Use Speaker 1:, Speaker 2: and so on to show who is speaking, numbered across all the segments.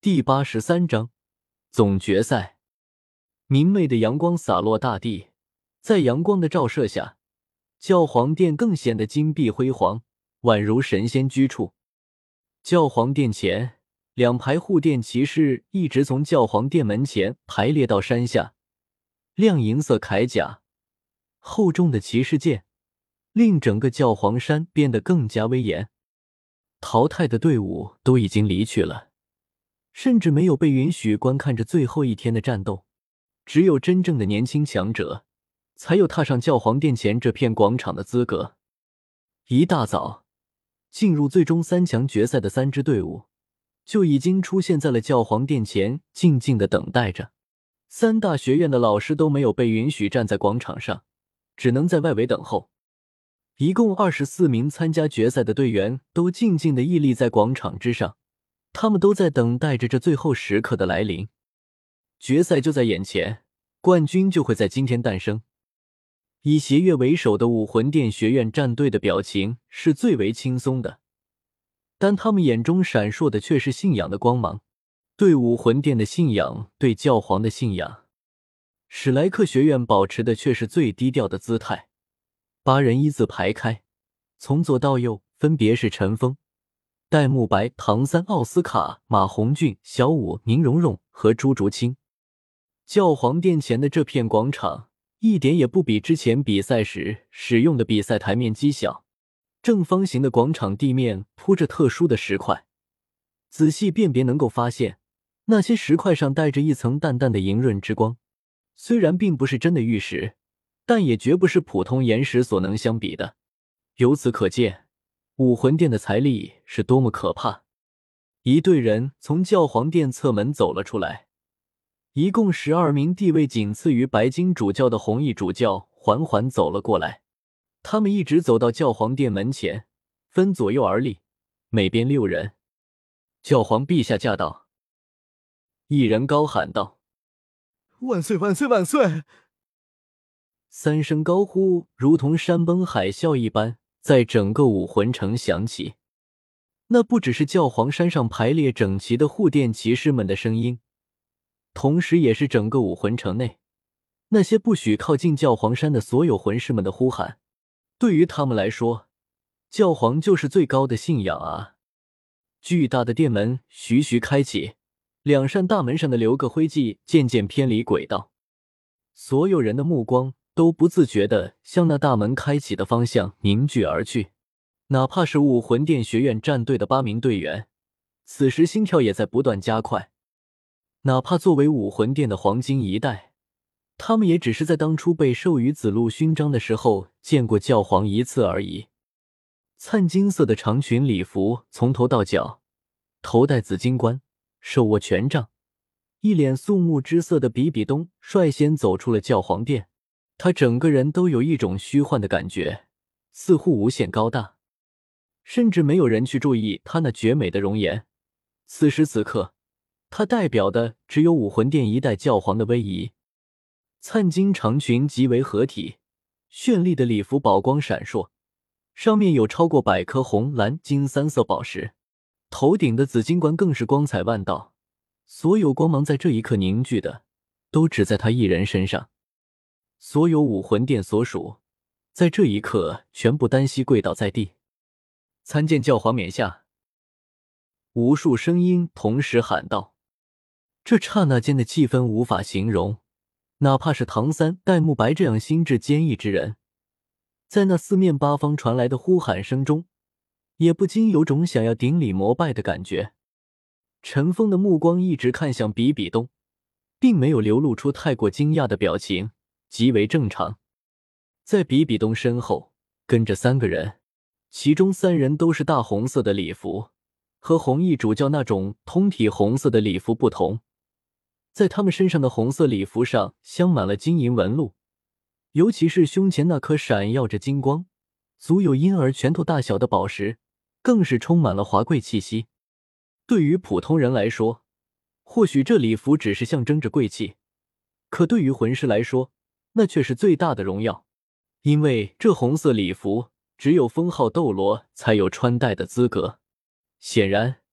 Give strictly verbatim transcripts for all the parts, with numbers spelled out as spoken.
Speaker 1: 第八十三章总决赛。明媚的阳光洒落大地，在阳光的照射下，教皇殿更显得金碧辉煌，宛如神仙居处。教皇殿前，两排护殿骑士一直从教皇殿门前排列到山下，亮银色铠甲，厚重的骑士剑，令整个教皇山变得更加威严。淘汰的队伍都已经离去了，甚至没有被允许观看着最后一天的战斗，只有真正的年轻强者才有踏上教皇殿前这片广场的资格。一大早，进入最终三强决赛的三支队伍就已经出现在了教皇殿前，静静地等待着。三大学院的老师都没有被允许站在广场上，只能在外围等候。一共二十四名参加决赛的队员都静静地屹立在广场之上，他们都在等待着这最后时刻的来临。决赛就在眼前，冠军就会在今天诞生。以邪月为首的武魂殿学院战队的表情是最为轻松的，但他们眼中闪烁的却是信仰的光芒，对武魂殿的信仰，对教皇的信仰。史莱克学院保持的却是最低调的姿态。八人一字排开，从左到右分别是陈峰、戴沐白、唐三、奥斯卡、马红俊、小舞、宁荣荣和朱竹清。教皇殿前的这片广场一点也不比之前比赛时使用的比赛台面积小，正方形的广场地面铺着特殊的石块，仔细辨别能够发现，那些石块上带着一层淡淡的莹润之光，虽然并不是真的玉石，但也绝不是普通岩石所能相比的。由此可见，武魂殿的财力是多么可怕。一队人从教皇殿侧门走了出来，一共十二名地位仅次于白金主教的红衣主教缓缓走了过来。他们一直走到教皇殿门前，分左右而立，每边六人。教皇陛下驾到！一人高喊道：
Speaker 2: 万岁万岁万岁！
Speaker 1: 三声高呼如同山崩海啸一般在整个武魂城响起。那不只是教皇山上排列整齐的护殿骑士们的声音，同时也是整个武魂城内那些不许靠近教皇山的所有魂师们的呼喊。对于他们来说，教皇就是最高的信仰啊！巨大的殿门徐徐开启，两扇大门上的流个灰烬渐渐偏离轨道，所有人的目光都不自觉地向那大门开启的方向凝聚而去。哪怕是武魂殿学院战队的八名队员，此时心跳也在不断加快。哪怕作为武魂殿的黄金一代，他们也只是在当初被授予紫露勋章的时候见过教皇一次而已。灿金色的长裙礼服从头到脚，头戴紫金冠，手握权杖，一脸肃穆之色的比比东率先走出了教皇殿。他整个人都有一种虚幻的感觉，似乎无限高大，甚至没有人去注意他那绝美的容颜。此时此刻，他代表的只有武魂殿一代教皇的威仪。灿金长裙极为合体，绚丽的礼服宝光闪烁，上面有超过百颗红、蓝、金三色宝石，头顶的紫金冠更是光彩万道，所有光芒在这一刻凝聚的都只在他一人身上。所有武魂殿所属在这一刻全部单膝跪倒在地，参见教皇冕下！无数声音同时喊道。这刹那间的气氛无法形容，哪怕是唐三、戴沐白这样心智坚毅之人，在那四面八方传来的呼喊声中，也不禁有种想要顶礼膜拜的感觉。陈峰的目光一直看向比比东，并没有流露出太过惊讶的表情，极为正常。在比比东身后跟着三个人，其中三人都是大红色的礼服，和红衣主教那种通体红色的礼服不同，在他们身上的红色礼服上镶满了金银纹路，尤其是胸前那颗闪耀着金光，足有婴儿拳头大小的宝石，更是充满了华贵气息。对于普通人来说，或许这礼服只是象征着贵气，可对于魂师来说，那却是最大的荣耀，因为这红色礼服只有封号斗罗才有穿戴的资格。显然，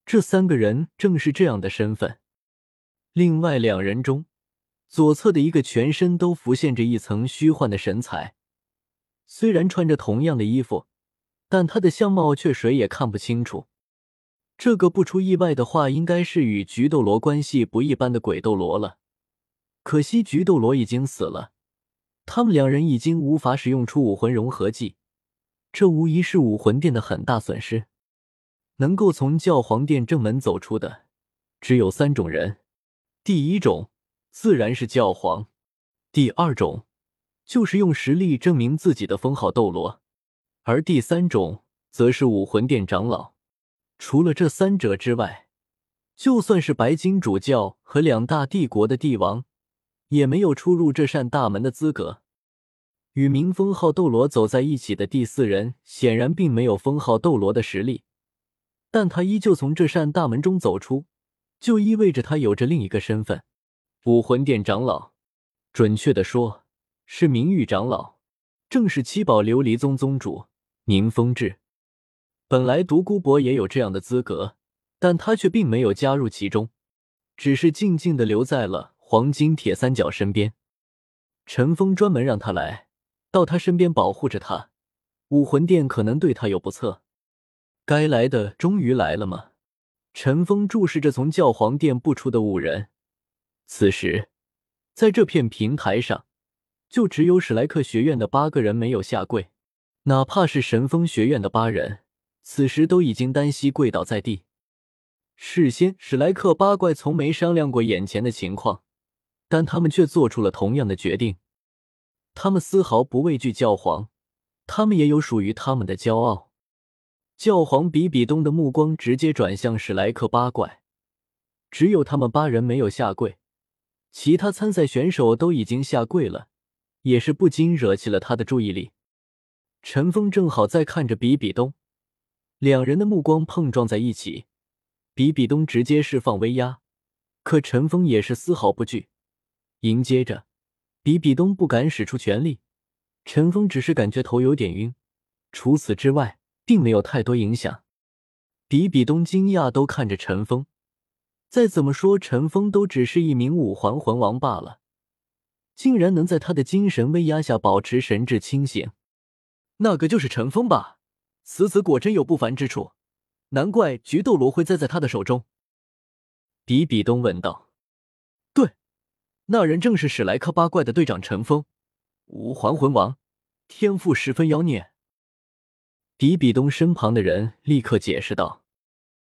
Speaker 1: 这三个人正是这样的身份。另外两人中，左侧的一个全身都浮现着一层虚幻的神采，虽然穿着同样的衣服，但他的相貌却谁也看不清楚。这个不出意外的话，应该是与菊斗罗关系不一般的鬼斗罗了。可惜菊斗罗已经死了，他们两人已经无法使用出武魂融合技，这无疑是武魂殿的很大损失。能够从教皇殿正门走出的只有三种人，第一种自然是教皇，第二种就是用实力证明自己的封号斗罗，而第三种则是武魂殿长老。除了这三者之外，就算是白金主教和两大帝国的帝王，也没有出入这扇大门的资格。与名封号斗罗走在一起的第四人显然并没有封号斗罗的实力，但他依旧从这扇大门中走出，就意味着他有着另一个身份——武魂殿长老。准确地说，是名誉长老，正是七宝琉璃宗宗主宁风致。本来独孤博也有这样的资格，但他却并没有加入其中，只是静静地留在了黄金铁三角身边。陈峰专门让他来到他身边保护着他，武魂殿可能对他有不测。该来的终于来了吗？陈峰注视着从教皇殿步出的五人，此时在这片平台上就只有史莱克学院的八个人没有下跪，哪怕是神风学院的八人此时都已经单膝跪倒在地。事先史莱克八怪从没商量过眼前的情况，但他们却做出了同样的决定。他们丝毫不畏惧教皇，他们也有属于他们的骄傲。教皇比比东的目光直接转向史莱克八怪，只有他们八人没有下跪，其他参赛选手都已经下跪了，也是不禁惹起了他的注意力。陈峰正好在看着比比东，两人的目光碰撞在一起，比比东直接释放威压，可陈峰也是丝毫不惧，迎接着比比东不敢使出全力，陈峰只是感觉头有点晕，除此之外并没有太多影响。比比东惊讶都看着陈峰，再怎么说陈峰都只是一名五环魂王罢了，竟然能在他的精神威压下保持神志清醒。那个就是陈峰吧，此子果真有不凡之处，难怪菊斗罗会栽在他的手中。比比东问道。对，那人正是史莱克八怪的队长陈峰，五环魂王，天赋十分妖孽。比比东身旁的人立刻解释道。